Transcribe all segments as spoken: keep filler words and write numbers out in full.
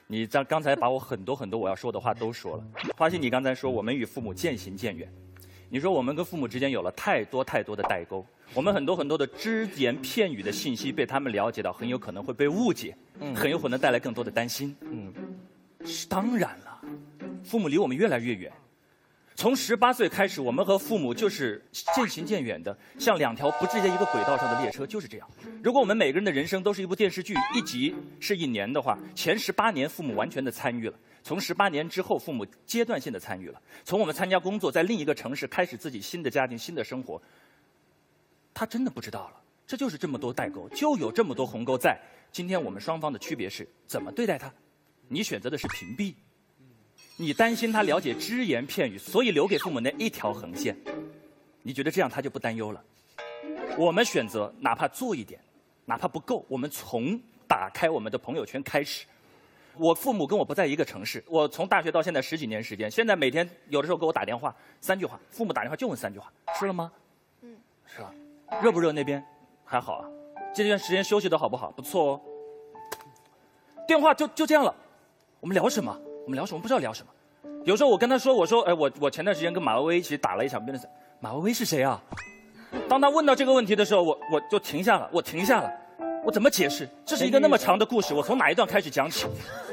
你刚刚才把我很多很多我要说的话都说了。花心，你刚才说我们与父母渐行渐远，你说我们跟父母之间有了太多太多的代沟，我们很多很多的只言片语的信息被他们了解到，很有可能会被误解，嗯、很有可能带来更多的担心。嗯，是当然了，父母离我们越来越远。从十八岁开始，我们和父母就是渐行渐远的，像两条不是在一个轨道上的列车，就是这样。如果我们每个人的人生都是一部电视剧，一集是一年的话，前十八年父母完全的参与了，从十八年之后，父母阶段性的参与了。从我们参加工作，在另一个城市开始自己新的家庭、新的生活，他真的不知道了。这就是这么多代沟，就有这么多鸿沟在。今天我们双方的区别是怎么对待他？你选择的是屏蔽。你担心他了解只言片语，所以留给父母那一条横线。你觉得这样他就不担忧了？我们选择哪怕做一点，哪怕不够，我们从打开我们的朋友圈开始。我父母跟我不在一个城市，我从大学到现在十几年时间，现在每天有的时候给我打电话三句话，父母打电话就问三句话：吃了吗？嗯，是吧？热不热那边？还好啊。这段时间休息的好不好？不错哦。电话就就这样了。我们聊什么？我们聊什么？不知道聊什么。有时候我跟他说，我说，哎，我我前段时间跟马薇薇一起打了一场辩论赛。马薇薇是谁啊？当他问到这个问题的时候，我我就停下了，我停下了，我怎么解释？这是一个那么长的故事，我从哪一段开始讲起？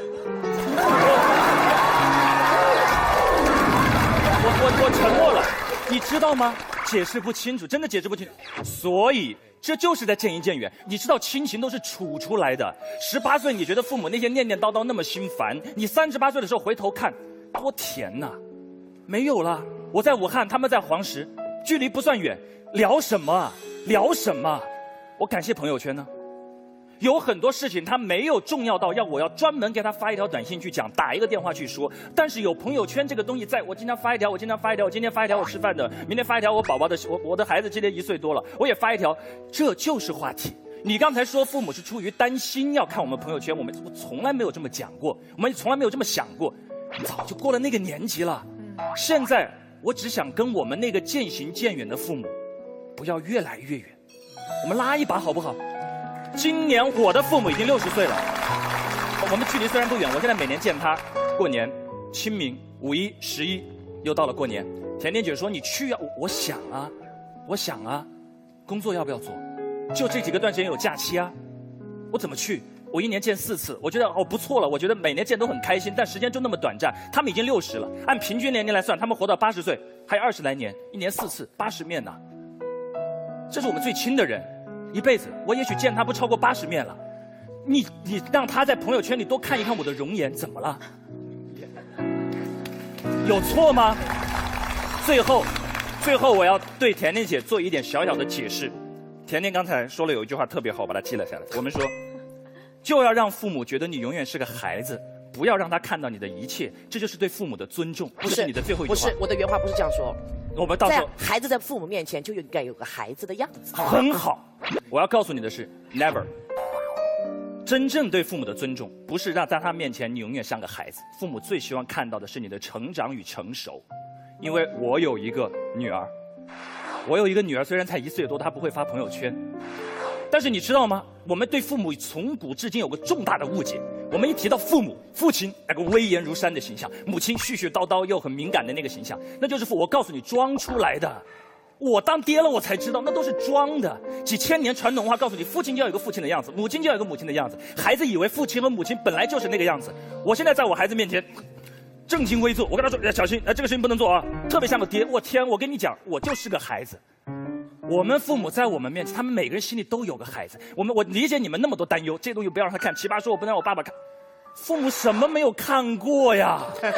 我我我沉默了，你知道吗？解释不清楚，真的解释不清楚。所以这就是在渐行渐远。你知道亲情都是处出来的。十八岁你觉得父母那些念念叨叨那么心烦，你三十八岁的时候回头看，多甜呐！没有了。我在武汉，他们在黄石，距离不算远，聊什么啊？聊什么？我感谢朋友圈呢。有很多事情它没有重要到要我要专门给他发一条短信去讲，打一个电话去说。但是有朋友圈这个东西在，我经常发一条，我经常发一条，我今天发一条我吃饭的，明天发一条我宝宝的，我我的孩子今年一岁多了，我也发一条，这就是话题。你刚才说父母是出于担心要看我们朋友圈，我们我从来没有这么讲过，我们从来没有这么想过，早就过了那个年纪了。现在我只想跟我们那个渐行渐远的父母，不要越来越远，我们拉一把好不好？今年我的父母已经六十岁了，我们距离虽然不远，我现在每年见他，过年、清明、五一、十一，又到了过年。甜甜姐说你去啊，我我想啊，我想啊，工作要不要做？就这几个段时间有假期啊，我怎么去？我一年见四次，我觉得哦不错了，我觉得每年见都很开心，但时间就那么短暂。他们已经六十了，按平均年龄来算，他们活到八十岁，还有二十来年，一年四次，八十面呢。这是我们最亲的人。一辈子，我也许见他不超过八十面了。你你让他在朋友圈里多看一看我的容颜，怎么了？有错吗？最后，最后我要对甜甜姐做一点小小的解释。甜甜刚才说了有一句话特别好，我把它记了下来。我们说，就要让父母觉得你永远是个孩子，不要让他看到你的一切，这就是对父母的尊重。不是你的最后一句话。 不是，我的原话不是这样说。 我们到时候孩子在父母面前就应该有个孩子的样子。 很好，我要告诉你的是 ，never。真正对父母的尊重，不是让在他面前你永远像个孩子。父母最希望看到的是你的成长与成熟。因为我有一个女儿，我有一个女儿，虽然才一岁多，她不会发朋友圈。但是你知道吗？我们对父母从古至今有个重大的误解。我们一提到父母，父亲那个威严如山的形象，母亲絮絮叨叨又很敏感的那个形象，那就是父。我告诉你，装出来的。我当爹了，我才知道那都是装的。几千年传统文化告诉你，父亲就要有个父亲的样子，母亲就要有个母亲的样子。孩子以为父亲和母亲本来就是那个样子。我现在在我孩子面前正襟危坐，我跟他说：“小心，哎，这个事情不能做啊！”特别像个爹。我天，我跟你讲，我就是个孩子。我们父母在我们面前，他们每个人心里都有个孩子。我们我理解你们那么多担忧，这东西不要让他看。奇葩说我不能让我爸爸看，父母什么没有看过呀？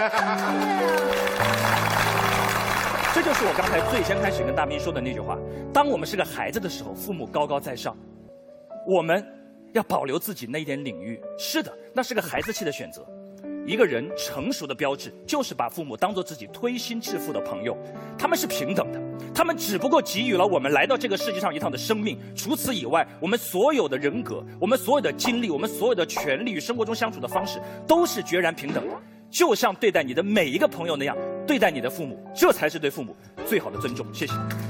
这就是我刚才最先开始跟大斌说的那句话：当我们是个孩子的时候，父母高高在上，我们要保留自己那一点领域。是的，那是个孩子气的选择。一个人成熟的标志，就是把父母当作自己推心置腹的朋友，他们是平等的，他们只不过给予了我们来到这个世界上一趟的生命。除此以外，我们所有的人格，我们所有的经历，我们所有的权利与生活中相处的方式，都是决然平等的。就像对待你的每一个朋友那样对待你的父母，这才是对父母最好的尊重。谢谢。